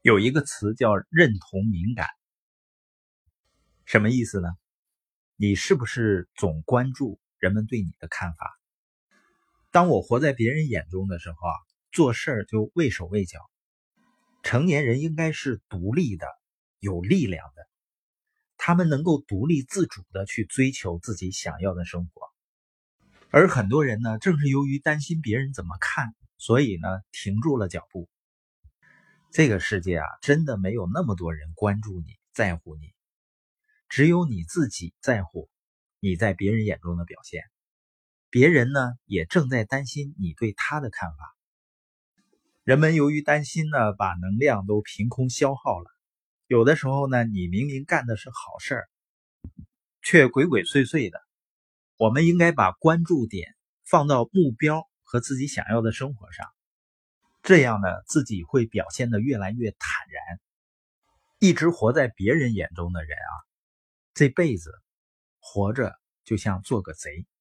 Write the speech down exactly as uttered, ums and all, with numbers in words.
有一个词叫认同敏感，什么意思呢？你是不是总关注人们对你的看法？当我活在别人眼中的时候啊，做事儿就畏手畏脚。成年人应该是独立的，有力量的，他们能够独立自主的去追求自己想要的生活。而很多人呢，正是由于担心别人怎么看，所以呢，停住了脚步。这个世界啊，真的没有那么多人关注你，在乎你，只有你自己在乎你在别人眼中的表现。别人呢，也正在担心你对他的看法。人们由于担心呢，把能量都凭空消耗了。有的时候呢，你明明干的是好事儿，却鬼鬼祟祟的。我们应该把关注点放到目标和自己想要的生活上，这样呢，自己会表现得越来越坦然。一直活在别人眼中的人啊，这辈子活着就像做个贼。